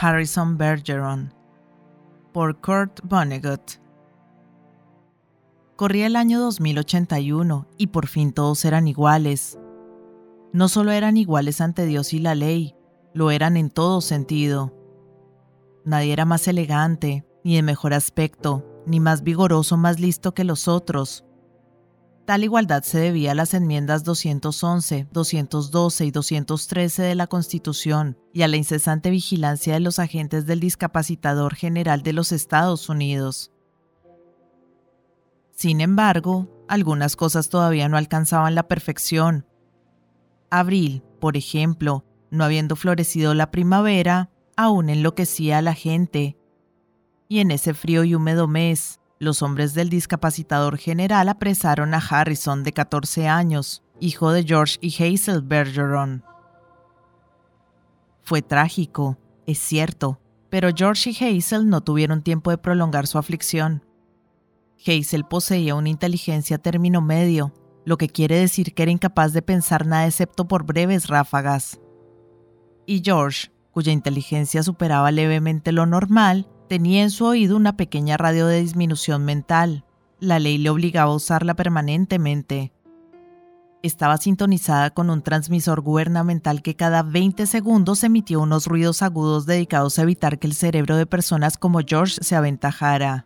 Harrison Bergeron, por Kurt Vonnegut. Corría el año 2081 y por fin todos eran iguales. No solo eran iguales ante Dios y la ley, lo eran en todo sentido. Nadie era más elegante, ni de mejor aspecto, ni más vigoroso o más listo que los otros. Tal igualdad se debía a las enmiendas 211, 212 y 213 de la Constitución y a la incesante vigilancia de los agentes del Discapacitador General de los Estados Unidos. Sin embargo, algunas cosas todavía no alcanzaban la perfección. Abril, por ejemplo, no habiendo florecido la primavera, aún enloquecía a la gente. Y en ese frío y húmedo mes, los hombres del Discapacitador General apresaron a Harrison, de 14 años, hijo de George y Hazel Bergeron. Fue trágico, es cierto, pero George y Hazel no tuvieron tiempo de prolongar su aflicción. Hazel poseía una inteligencia término medio, lo que quiere decir que era incapaz de pensar nada excepto por breves ráfagas. Y George, cuya inteligencia superaba levemente lo normal, tenía en su oído una pequeña radio de disminución mental. La ley le obligaba a usarla permanentemente. Estaba sintonizada con un transmisor gubernamental que cada 20 segundos emitía unos ruidos agudos dedicados a evitar que el cerebro de personas como George se aventajara.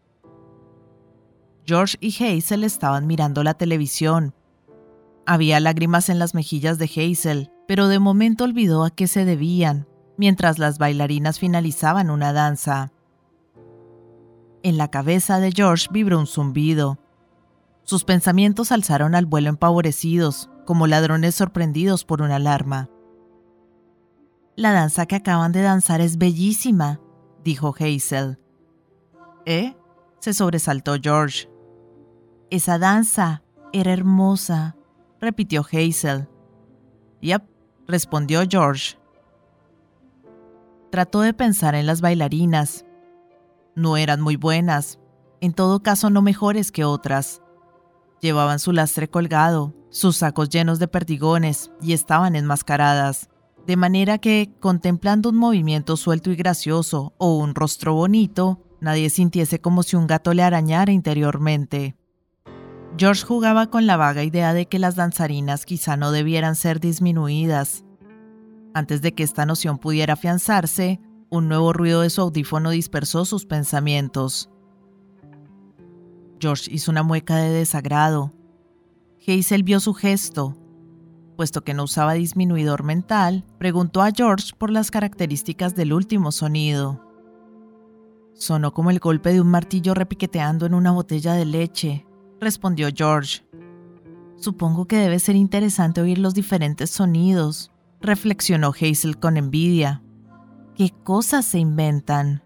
George y Hazel estaban mirando la televisión. Había lágrimas en las mejillas de Hazel, pero de momento olvidó a qué se debían, mientras las bailarinas finalizaban una danza. En la cabeza de George vibró un zumbido. Sus pensamientos alzaron al vuelo empavoridos, como ladrones sorprendidos por una alarma. «La danza que acaban de danzar es bellísima», dijo Hazel. «¿Eh?», se sobresaltó George. «Esa danza era hermosa», repitió Hazel. «Yep», respondió George. Trató de pensar en las bailarinas. No eran muy buenas, en todo caso no mejores que otras. Llevaban su lastre colgado, sus sacos llenos de perdigones y estaban enmascaradas, de manera que, contemplando un movimiento suelto y gracioso o un rostro bonito, nadie sintiese como si un gato le arañara interiormente. George jugaba con la vaga idea de que las danzarinas quizá no debieran ser disminuidas. Antes de que esta noción pudiera afianzarse, un nuevo ruido de su audífono dispersó sus pensamientos. George hizo una mueca de desagrado. Hazel vio su gesto. Puesto que no usaba disminuidor mental, preguntó a George por las características del último sonido. «Sonó como el golpe de un martillo repiqueteando en una botella de leche», respondió George. «Supongo que debe ser interesante oír los diferentes sonidos», reflexionó Hazel con envidia. «¿Qué cosas se inventan?»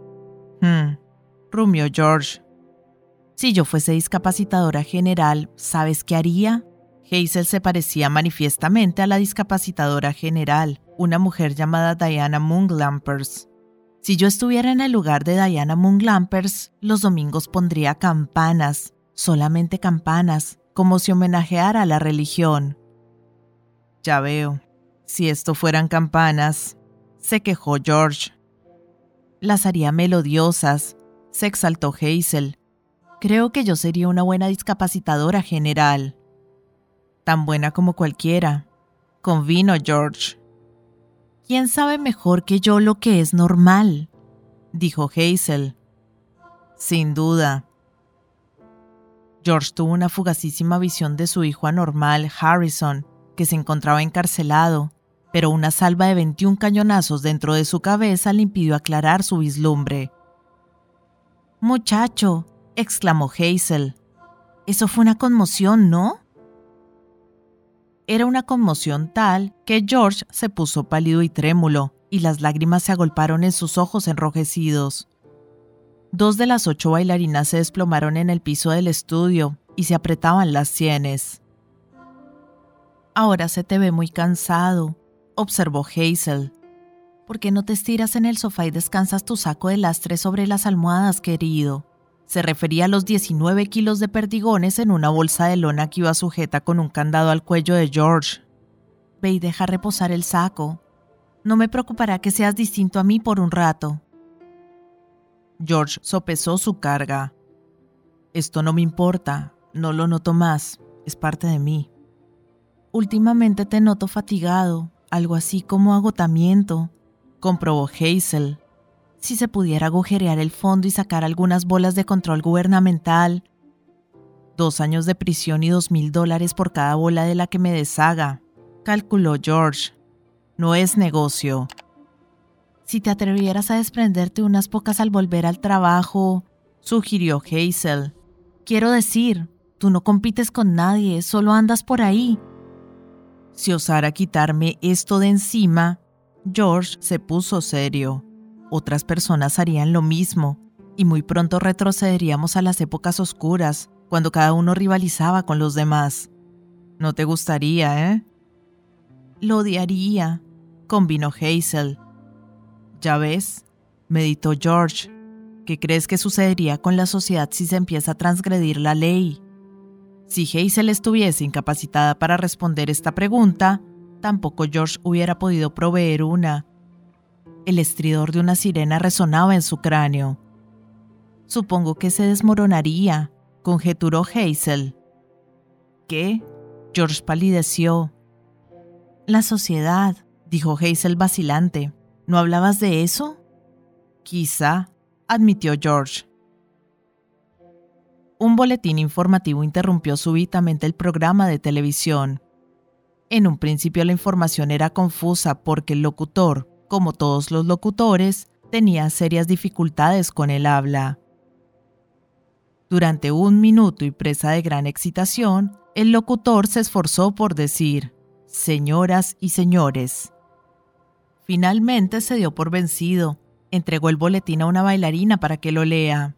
Rumió George. «Si yo fuese discapacitadora general, ¿sabes qué haría?» Hazel se parecía manifiestamente a la discapacitadora general, una mujer llamada Diana Moon-Glampers. «Si yo estuviera en el lugar de Diana Moon-Glampers, los domingos pondría campanas, solamente campanas, como si homenajeara a la religión». «Ya veo. Si esto fueran campanas», se quejó George. «Las haría melodiosas», se exaltó Hazel. «Creo que yo sería una buena discapacitadora general». «Tan buena como cualquiera», convino George. «¿Quién sabe mejor que yo lo que es normal?», dijo Hazel. «Sin duda». George tuvo una fugacísima visión de su hijo anormal, Harrison, que se encontraba encarcelado, pero una salva de 21 cañonazos dentro de su cabeza le impidió aclarar su vislumbre. «Muchacho», exclamó Hazel, «eso fue una conmoción, ¿no?» Era una conmoción tal que George se puso pálido y trémulo, y las lágrimas se agolparon en sus ojos enrojecidos. 2 de las 8 bailarinas se desplomaron en el piso del estudio y se apretaban las sienes. «Ahora se te ve muy cansado», observó Hazel. «¿Por qué no te estiras en el sofá y descansas tu saco de lastre sobre las almohadas, querido?» Se refería a los 19 kilos de perdigones en una bolsa de lona que iba sujeta con un candado al cuello de George. «Ve y deja reposar el saco». No me preocupará que seas distinto a mí por un rato. George sopesó su carga. Esto no me importa, no lo noto más, es parte de mí. Últimamente te noto fatigado, algo así como agotamiento, comprobó Hazel. Si se pudiera agujerear el fondo y sacar algunas bolas de control gubernamental. 2 años de prisión y $2,000 por cada bola de la que me deshaga, calculó George. No es negocio. Si te atrevieras a desprenderte unas pocas al volver al trabajo, sugirió Hazel. Quiero decir, tú no compites con nadie, solo andas por ahí. Si osara quitarme esto de encima, George se puso serio. Otras personas harían lo mismo, y muy pronto retrocederíamos a las épocas oscuras, cuando cada uno rivalizaba con los demás. No te gustaría, ¿eh? Lo odiaría, convino Hazel. Ya ves, meditó George. ¿Qué crees que sucedería con la sociedad si se empieza a transgredir la ley? Si Hazel estuviese incapacitada para responder esta pregunta, tampoco George hubiera podido proveer una. El estridor de una sirena resonaba en su cráneo. Supongo que se desmoronaría, conjeturó Hazel. ¿Qué? George palideció. La sociedad, dijo Hazel vacilante. ¿No hablabas de eso? Quizá, admitió George. Un boletín informativo interrumpió súbitamente el programa de televisión. En un principio la información era confusa porque el locutor, como todos los locutores, tenía serias dificultades con el habla. Durante 1 minuto y presa de gran excitación, el locutor se esforzó por decir: «Señoras y señores». Finalmente se dio por vencido. Entregó el boletín a una bailarina para que lo lea.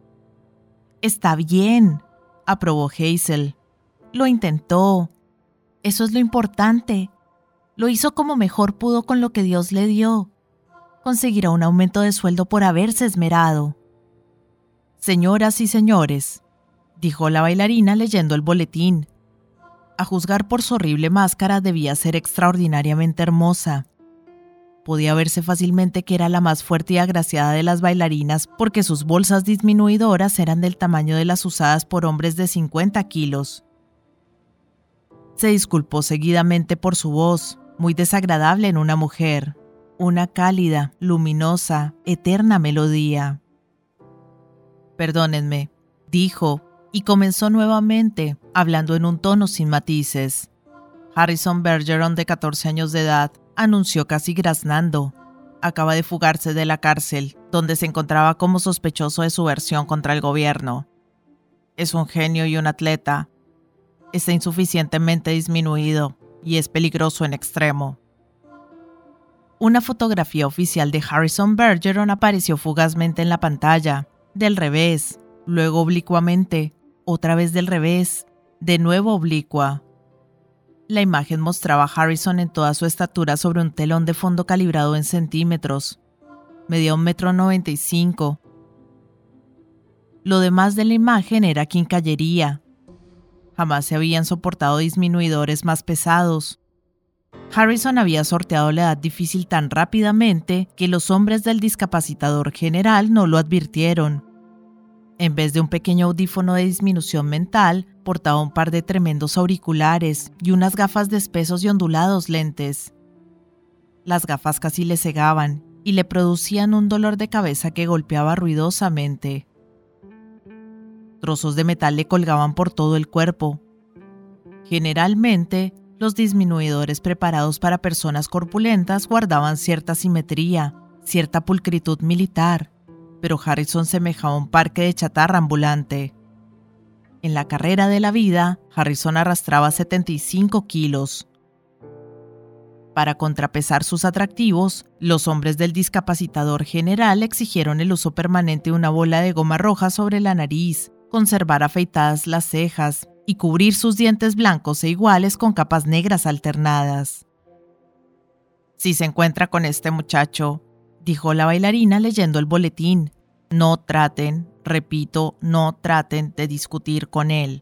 «Está bien», aprobó Hazel. «Lo intentó. Eso es lo importante. Lo hizo como mejor pudo con lo que Dios le dio. Conseguirá un aumento de sueldo por haberse esmerado». «Señoras y señores», dijo la bailarina leyendo el boletín. A juzgar por su horrible máscara, debía ser extraordinariamente hermosa. Podía verse fácilmente que era la más fuerte y agraciada de las bailarinas porque sus bolsas disminuidoras eran del tamaño de las usadas por hombres de 50 kilos. Se disculpó seguidamente por su voz, muy desagradable en una mujer, una cálida, luminosa, eterna melodía. «Perdónenme», dijo, y comenzó nuevamente, hablando en un tono sin matices. Harrison Bergeron, de 14 años de edad, anunció casi graznando. Acaba de fugarse de la cárcel, donde se encontraba como sospechoso de subversión contra el gobierno. Es un genio y un atleta. Está insuficientemente disminuido y es peligroso en extremo. Una fotografía oficial de Harrison Bergeron apareció fugazmente en la pantalla, del revés, luego oblicuamente, otra vez del revés, de nuevo oblicua. La imagen mostraba a Harrison en toda su estatura sobre un telón de fondo calibrado en centímetros. Medía 1,95 m. Lo demás de la imagen era quincallería. Jamás se habían soportado disminuidores más pesados. Harrison había sorteado la edad difícil tan rápidamente que los hombres del discapacitador general no lo advirtieron. En vez de un pequeño audífono de disminución mental, portaba un par de tremendos auriculares y unas gafas de espesos y ondulados lentes. Las gafas casi le cegaban y le producían un dolor de cabeza que golpeaba ruidosamente. Trozos de metal le colgaban por todo el cuerpo. Generalmente, los disminuidores preparados para personas corpulentas guardaban cierta simetría, cierta pulcritud militar, pero Harrison semejaba un parque de chatarra ambulante. En la carrera de la vida, Harrison arrastraba 75 kilos. Para contrapesar sus atractivos, los hombres del discapacitador general exigieron el uso permanente de una bola de goma roja sobre la nariz, conservar afeitadas las cejas y cubrir sus dientes blancos e iguales con capas negras alternadas. «Si se encuentra con este muchacho», dijo la bailarina leyendo el boletín, «no traten, repito, no traten de discutir con él».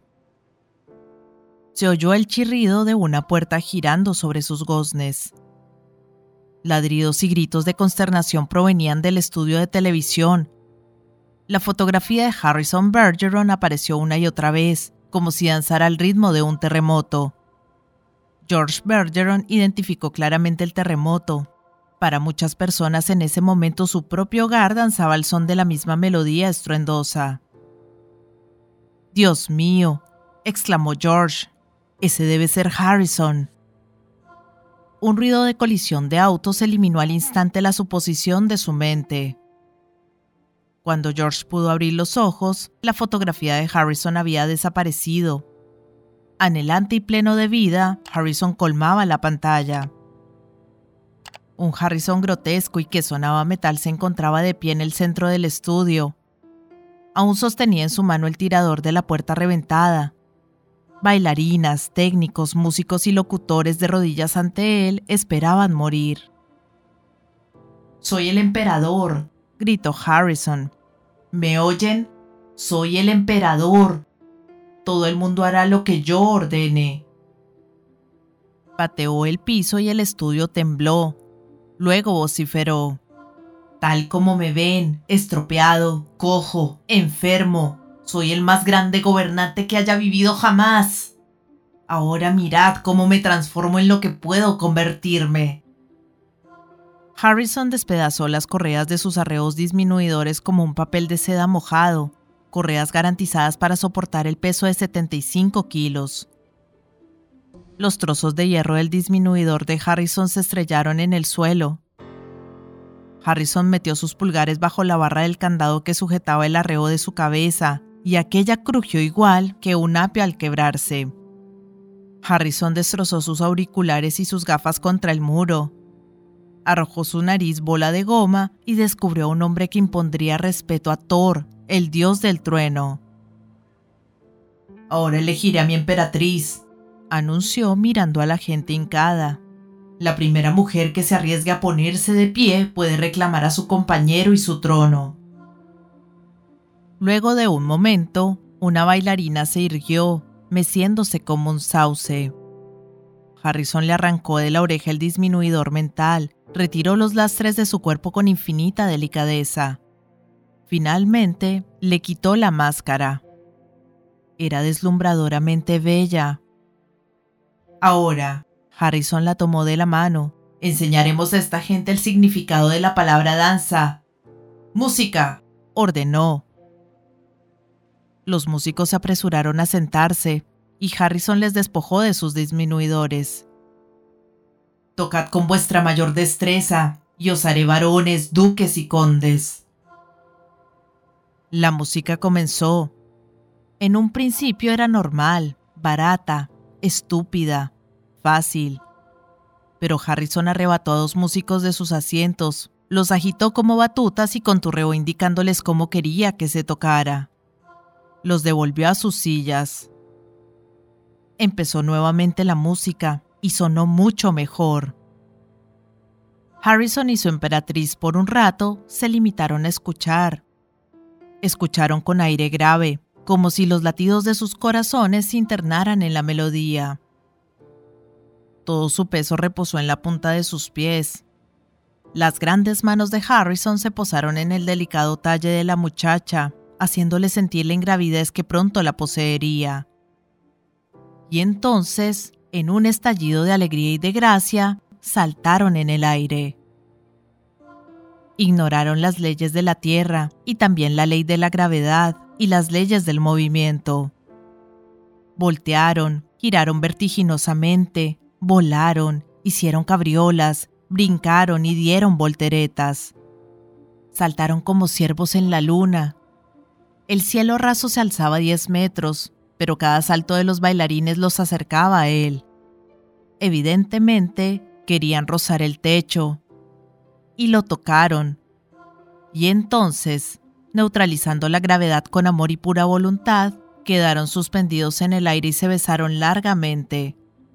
Se oyó el chirrido de una puerta girando sobre sus goznes. Ladridos y gritos de consternación provenían del estudio de televisión. La fotografía de Harrison Bergeron apareció una y otra vez, como si danzara al ritmo de un terremoto. George Bergeron identificó claramente el terremoto. Para muchas personas en ese momento su propio hogar danzaba al son de la misma melodía estruendosa. «Dios mío», exclamó George, «ese debe ser Harrison». Un ruido de colisión de autos eliminó al instante la suposición de su mente. Cuando George pudo abrir los ojos, la fotografía de Harrison había desaparecido. Anhelante y pleno de vida, Harrison colmaba la pantalla. Un Harrison grotesco y que sonaba metal se encontraba de pie en el centro del estudio. Aún sostenía en su mano el tirador de la puerta reventada. Bailarinas, técnicos, músicos y locutores de rodillas ante él esperaban morir. «Soy el emperador», gritó Harrison. «¿Me oyen? Soy el emperador. Todo el mundo hará lo que yo ordene». Pateó el piso y el estudio tembló. Luego vociferó: «Tal como me ven, estropeado, cojo, enfermo, soy el más grande gobernante que haya vivido jamás. Ahora mirad cómo me transformo en lo que puedo convertirme». Harrison despedazó las correas de sus arreos disminuidores como un papel de seda mojado, correas garantizadas para soportar el peso de 75 kilos. Los trozos de hierro del disminuidor de Harrison se estrellaron en el suelo. Harrison metió sus pulgares bajo la barra del candado que sujetaba el arreo de su cabeza, y aquella crujió igual que un apio al quebrarse. Harrison destrozó sus auriculares y sus gafas contra el muro. Arrojó su nariz bola de goma y descubrió a un hombre que impondría respeto a Thor, el dios del trueno. «Ahora elegiré a mi emperatriz», anunció mirando a la gente hincada. «La primera mujer que se arriesgue a ponerse de pie puede reclamar a su compañero y su trono». Luego de un momento, una bailarina se irguió, meciéndose como un sauce. Harrison le arrancó de la oreja el disminuidor mental, retiró los lastres de su cuerpo con infinita delicadeza. Finalmente, le quitó la máscara. Era deslumbradoramente bella. «Ahora», Harrison la tomó de la mano, «enseñaremos a esta gente el significado de la palabra danza». «¡Música!», ordenó. Los músicos se apresuraron a sentarse, y Harrison les despojó de sus disminuidores. «Tocad con vuestra mayor destreza, y os haré varones, duques y condes». La música comenzó. En un principio era normal, barata, estúpida, fácil. Pero Harrison arrebató a dos músicos de sus asientos, los agitó como batutas y conturreó indicándoles cómo quería que se tocara. Los devolvió a sus sillas. Empezó nuevamente la música y sonó mucho mejor. Harrison y su emperatriz por un rato se limitaron a escuchar. Escucharon con aire grave, como si los latidos de sus corazones se internaran en la melodía. Todo su peso reposó en la punta de sus pies. Las grandes manos de Harrison se posaron en el delicado talle de la muchacha, haciéndole sentir la ingravidez que pronto la poseería. Y entonces, en un estallido de alegría y de gracia, saltaron en el aire. Ignoraron las leyes de la tierra y también la ley de la gravedad y las leyes del movimiento. Voltearon, giraron vertiginosamente, volaron, hicieron cabriolas, brincaron y dieron volteretas. Saltaron como ciervos en la luna. El cielo raso se alzaba 10 metros, pero cada salto de los bailarines los acercaba a él. Evidentemente, querían rozar el techo. Y lo tocaron. Y entonces, neutralizando la gravedad con amor y pura voluntad, quedaron suspendidos en el aire y se besaron largamente.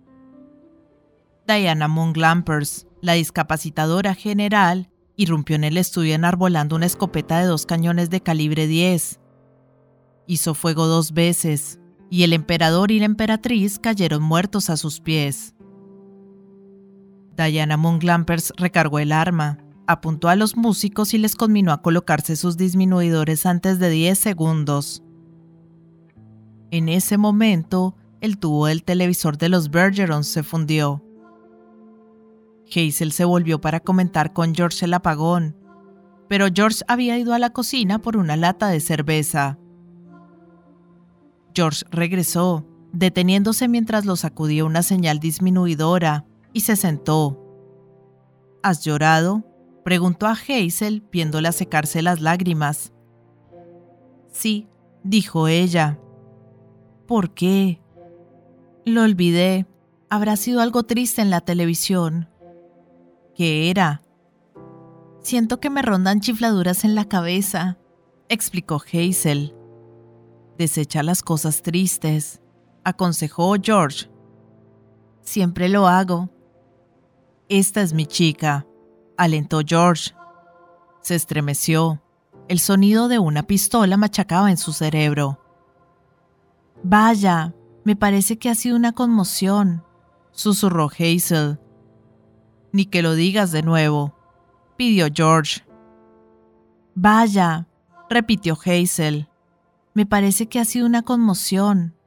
Diana Moon Glampers, la discapacitadora general, irrumpió en el estudio enarbolando una escopeta de 2 cañones de calibre 10. Hizo fuego 2 veces, y el emperador y la emperatriz cayeron muertos a sus pies. Diana Moon-Glampers recargó el arma, apuntó a los músicos y les conminó a colocarse sus disminuidores antes de 10 segundos. En ese momento, el tubo del televisor de los Bergerons se fundió. Hazel se volvió para comentar con George el apagón, pero George había ido a la cocina por una lata de cerveza. George regresó, deteniéndose mientras lo sacudía una señal disminuidora, y se sentó. ¿Has llorado?, preguntó a Hazel, viéndola secarse las lágrimas. Sí, dijo ella. ¿Por qué? Lo olvidé. Habrá sido algo triste en la televisión. ¿Qué era? Siento que me rondan chifladuras en la cabeza, explicó Hazel. Desecha las cosas tristes, aconsejó George. Siempre lo hago. Esta es mi chica, alentó George. Se estremeció. El sonido de una pistola machacaba en su cerebro. Vaya, me parece que ha sido una conmoción, susurró Hazel. Ni que lo digas de nuevo, pidió George. Vaya, repitió Hazel. Me parece que ha sido una conmoción.